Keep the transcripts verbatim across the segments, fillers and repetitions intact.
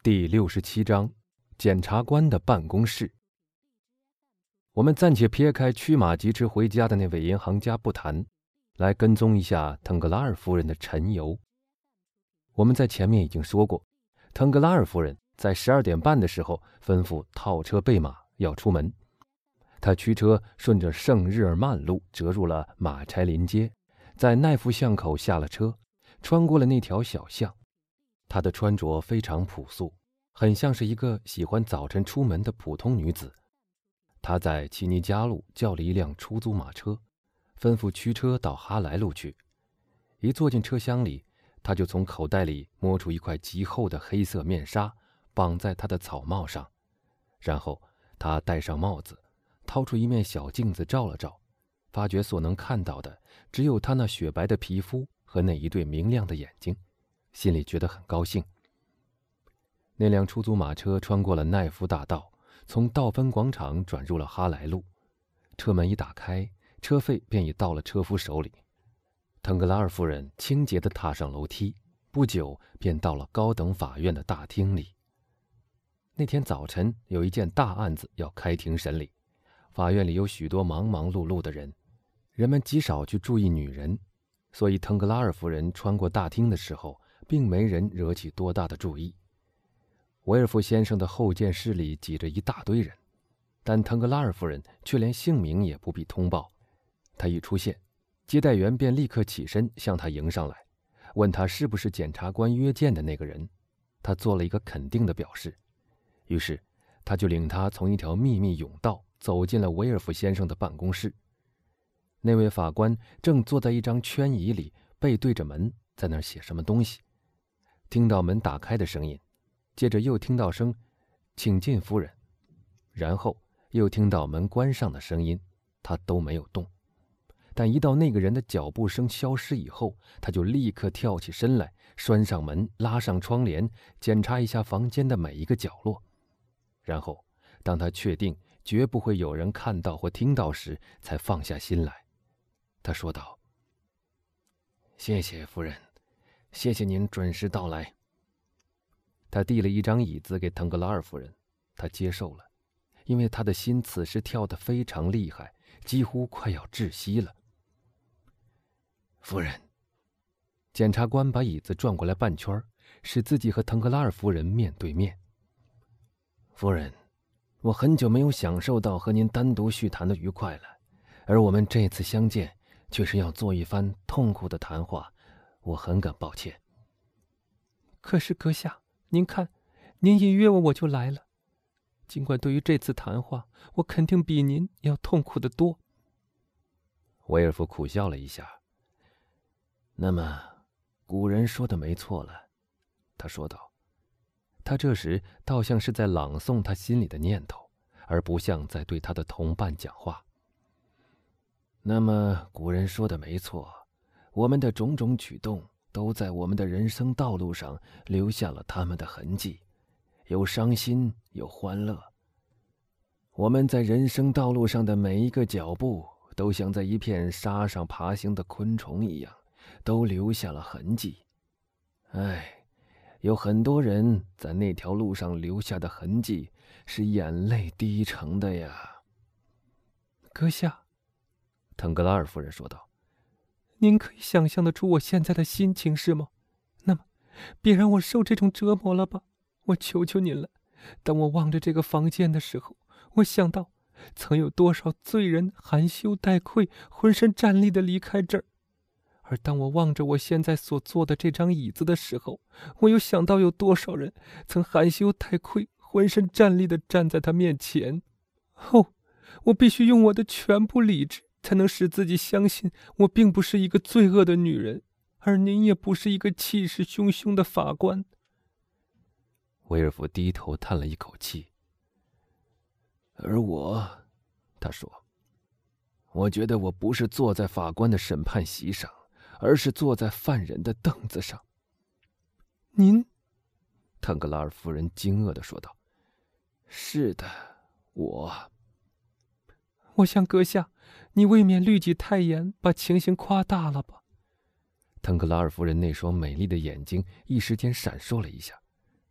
第六十七章，检察官的办公室。我们暂且撇开驱马疾驰回家的那位银行家不谈，来跟踪一下腾格拉尔夫人的晨游。我们在前面已经说过，腾格拉尔夫人在十二点半的时候吩咐套车备马要出门。她驱车顺着圣日耳曼路折入了马柴林街，在奈夫巷口下了车，穿过了那条小巷。她的穿着非常朴素，很像是一个喜欢早晨出门的普通女子。她在奇尼加路叫了一辆出租马车，吩咐驱车到哈莱路去。一坐进车厢里，她就从口袋里摸出一块极厚的黑色面纱，绑在她的草帽上。然后她戴上帽子，掏出一面小镜子照了照，发觉所能看到的只有她那雪白的皮肤和那一对明亮的眼睛，心里觉得很高兴。那辆出租马车穿过了奈夫大道，从道芬广场转入了哈莱路。车门一打开，车费便已到了车夫手里。腾格拉尔夫人清洁地踏上楼梯，不久便到了高等法院的大厅里。那天早晨有一件大案子要开庭审理，法院里有许多忙忙碌碌的人，人们极少去注意女人，所以腾格拉尔夫人穿过大厅的时候，并没人惹起多大的注意。维尔夫先生的后见室里挤着一大堆人，但腾格拉尔夫人却连姓名也不必通报。她一出现，接待员便立刻起身向她迎上来，问她是不是检察官约见的那个人。她做了一个肯定的表示，于是他就领她从一条秘密甬道走进了维尔夫先生的办公室。那位法官正坐在一张圈椅里，背对着门，在那儿写什么东西。听到门打开的声音，接着又听到声请进夫人，然后又听到门关上的声音，他都没有动。但一到那个人的脚步声消失以后，他就立刻跳起身来，拴上门，拉上窗帘，检查一下房间的每一个角落。然后当他确定绝不会有人看到或听到时，才放下心来。他说道：谢谢夫人，谢谢您准时到来。他递了一张椅子给腾格拉尔夫人，她接受了，因为她的心此时跳得非常厉害，几乎快要窒息了。夫人，检察官把椅子转过来半圈，使自己和腾格拉尔夫人面对面。夫人，我很久没有享受到和您单独叙谈的愉快了，而我们这次相见却是要做一番痛苦的谈话，我很感抱歉。 可是阁下，您看，您一约我我就来了。尽管对于这次谈话，我肯定比您要痛苦得多。 维尔夫苦笑了一下。那么，古人说的没错了，他说道。他这时倒像是在朗诵他心里的念头，而不像在对他的同伴讲话。那么，古人说的没错，我们的种种举动都在我们的人生道路上留下了他们的痕迹，有伤心，有欢乐。我们在人生道路上的每一个脚步，都像在一片沙上爬行的昆虫一样，都留下了痕迹。唉，有很多人在那条路上留下的痕迹是眼泪滴成的呀。 阁下， 腾格拉尔夫人说道， 您可以想象得出我现在的心情是吗？那么，别让我受这种折磨了吧，我求求您了。当我望着这个房间的时候，我想到曾有多少罪人含羞带愧，浑身战栗地离开这儿。而当我望着我现在所坐的这张椅子的时候，我又想到有多少人曾含羞带愧，浑身战栗地站在他面前。哦，我必须用我的全部理智，才能使自己相信我并不是一个罪恶的女人，而您也不是一个气势汹汹的法官。 威尔夫低头叹了一口气。而我，他说，我觉得我不是坐在法官的审判席上，而是坐在犯人的凳子上。 您？ 腾格拉尔夫人惊愕地说道。是的，我。 我想阁下，你未免律己太严，把情形夸大了吧？ 腾格拉尔夫人那双美丽的眼睛一时间闪烁了一下。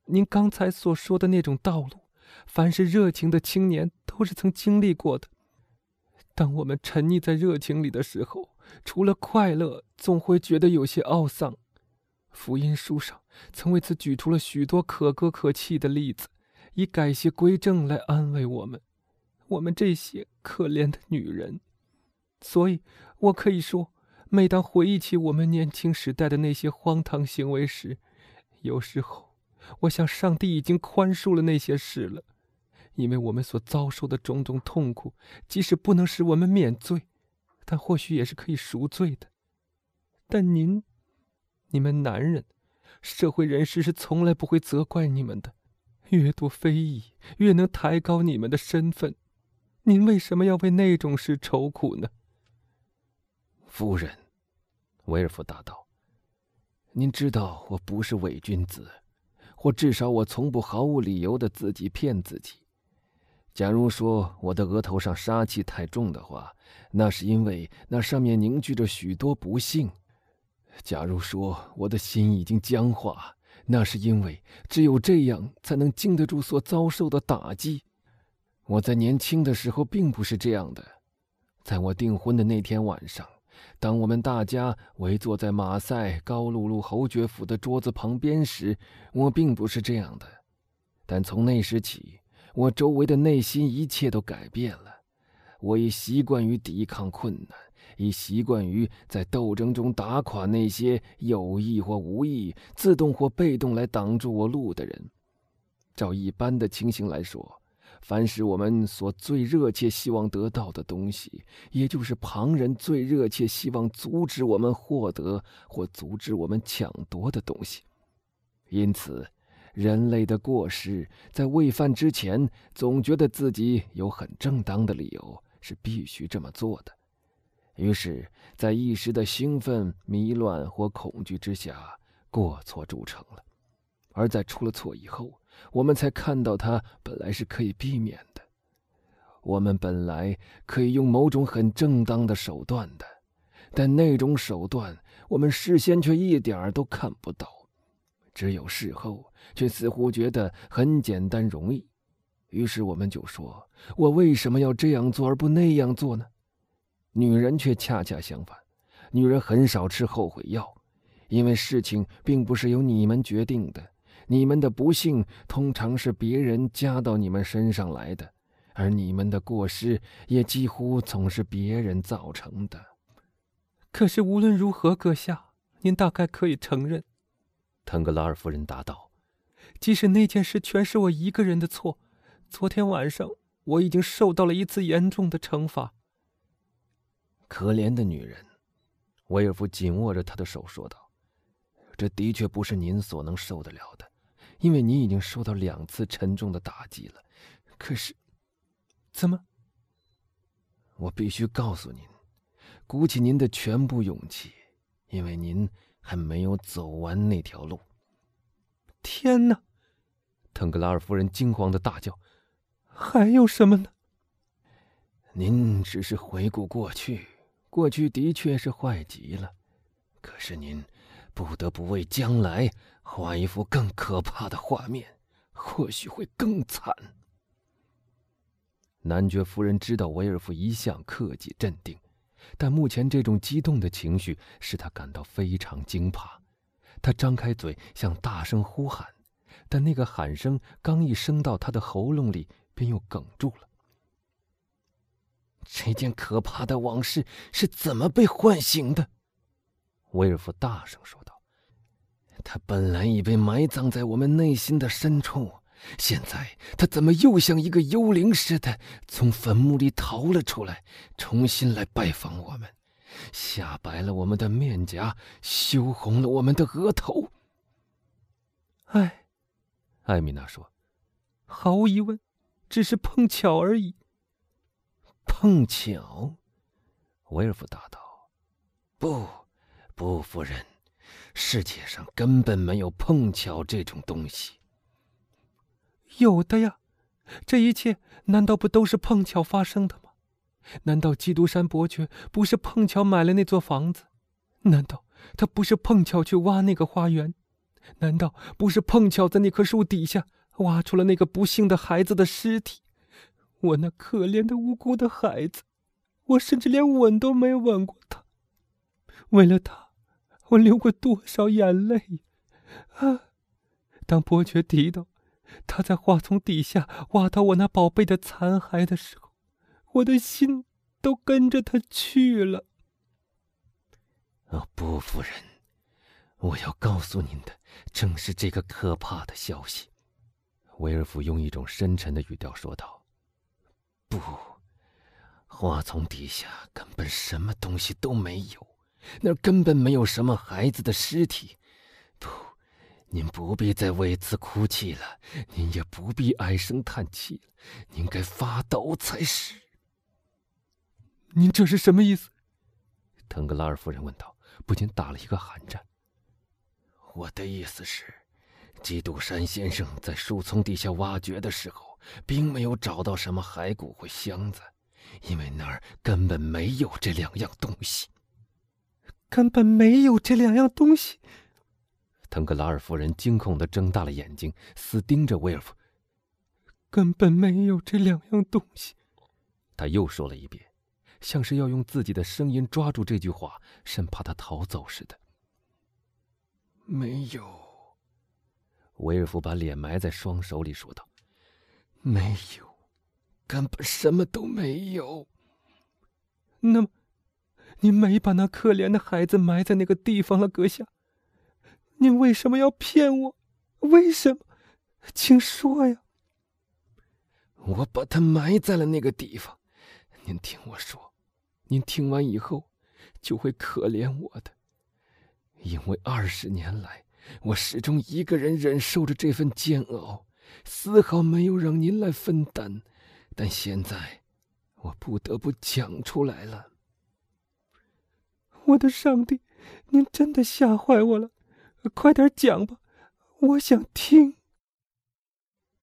您刚才所说的那种道路，凡是热情的青年都是曾经历过的。当我们沉溺在热情里的时候，除了快乐，总会觉得有些懊丧。福音书上曾为此举出了许多可歌可泣的例子，以改邪归正来安慰我们，我们这些可怜的女人。所以我可以说，每当回忆起我们年轻时代的那些荒唐行为时，有时候我想上帝已经宽恕了那些事了，因为我们所遭受的种种痛苦，即使不能使我们免罪，但或许也是可以赎罪的。但您，你们男人，社会人士是从来不会责怪你们的，越多非议，越能抬高你们的身份。您为什么要为那种事愁苦呢？ 夫人，维尔福答道，您知道我不是伪君子，或至少我从不毫无理由的自己骗自己。假如说我的额头上杀气太重的话，那是因为那上面凝聚着许多不幸。假如说我的心已经僵化，那是因为只有这样才能经得住所遭受的打击。我在年轻的时候并不是这样的。在我订婚的那天晚上，当我们大家围坐在马赛高露露侯爵府的桌子旁边时，我并不是这样的。但从那时起，我周围的内心一切都改变了。我已习惯于抵抗困难，已习惯于在斗争中打垮那些有意或无意、自动或被动来挡住我路的人。照一般的情形来说，凡是我们所最热切希望得到的东西，也就是旁人最热切希望阻止我们获得或阻止我们抢夺的东西。因此，人类的过失在未犯之前，总觉得自己有很正当的理由是必须这么做的。于是，在一时的兴奋、迷乱或恐惧之下，过错铸成了。而在出了错以后，我们才看到它本来是可以避免的。我们本来可以用某种很正当的手段的，但那种手段我们事先却一点儿都看不到，只有事后却似乎觉得很简单容易。于是我们就说，我为什么要这样做而不那样做呢？女人却恰恰相反，女人很少吃后悔药，因为事情并不是由你们决定的，你们的不幸通常是别人加到你们身上来的，而你们的过失也几乎总是别人造成的。 可是无论如何，阁下，您大概可以承认， 腾格拉尔夫人答道， 即使那件事全是我一个人的错，昨天晚上我已经受到了一次严重的惩罚。 可怜的女人，威尔夫紧握着她的手说道，这的确不是您所能受得了的，因为你已经受到两次沉重的打击了。可是， 怎么？ 我必须告诉您，鼓起您的全部勇气，因为您还没有走完那条路。 天哪！ 腾格拉尔夫人惊慌地大叫， 还有什么呢？ 您只是回顾过去，过去的确是坏极了，可是您不得不为将来画一幅更可怕的画面，或许会更惨。男爵夫人知道维尔夫一向克己镇定，但目前这种激动的情绪使他感到非常惊怕。他张开嘴想大声呼喊，但那个喊声刚一升到他的喉咙里，便又哽住了。这件可怕的往事是怎么被唤醒的？威尔夫大声说道。它本来已被埋葬在我们内心的深处，现在它怎么又像一个幽灵似的从坟墓里逃了出来，重新来拜访我们，吓白了我们的面颊，羞红了我们的额头。 唉， 艾米娜说， 毫无疑问，只是碰巧而已。 碰巧？威尔夫答道，不，不，夫人，世界上根本没有碰巧这种东西。 有的呀，这一切难道不都是碰巧发生的吗？难道基督山伯爵不是碰巧买了那座房子？难道他不是碰巧去挖那个花园？ 难道不是碰巧在那棵树底下挖出了那个不幸的孩子的尸体？我那可怜的无辜的孩子，我甚至连吻都没有吻过他。为了他，我流过多少眼泪啊！当伯爵提到他在花丛底下挖到我那宝贝的残骸的时候，我的心都跟着他去了。 哦，不，夫人，我要告诉您的正是这个可怕的消息。威尔夫用一种深沉的语调说道：“不，花丛底下根本什么东西都没有，那儿根本没有什么孩子的尸体。不，您不必再为此哭泣了，您也不必唉声叹气了，您该发抖才是。” 您这是什么意思？ 腾格拉尔夫人问道，不禁打了一个寒战。我的意思是，基督山先生在树丛底下挖掘的时候，并没有找到什么骸骨或箱子，因为那儿根本没有这两样东西。 根本没有这两样东西！ 腾格拉尔夫人惊恐地睁大了眼睛，死盯着威尔夫。 根本没有这两样东西。 他又说了一遍，像是要用自己的声音抓住这句话，生怕他逃走似的。没有。威尔夫把脸埋在双手里说道：“没有，根本什么都没有。” 那么，您没把那可怜的孩子埋在那个地方了，阁下？您为什么要骗我？为什么？请说呀！ 我把他埋在了那个地方。您听我说，您听完以后就会可怜我的，因为二十年来，我始终一个人忍受着这份煎熬，丝毫没有让您来分担。但现在，我不得不讲出来了。 我的上帝，您真的吓坏我了！快点讲吧，我想听。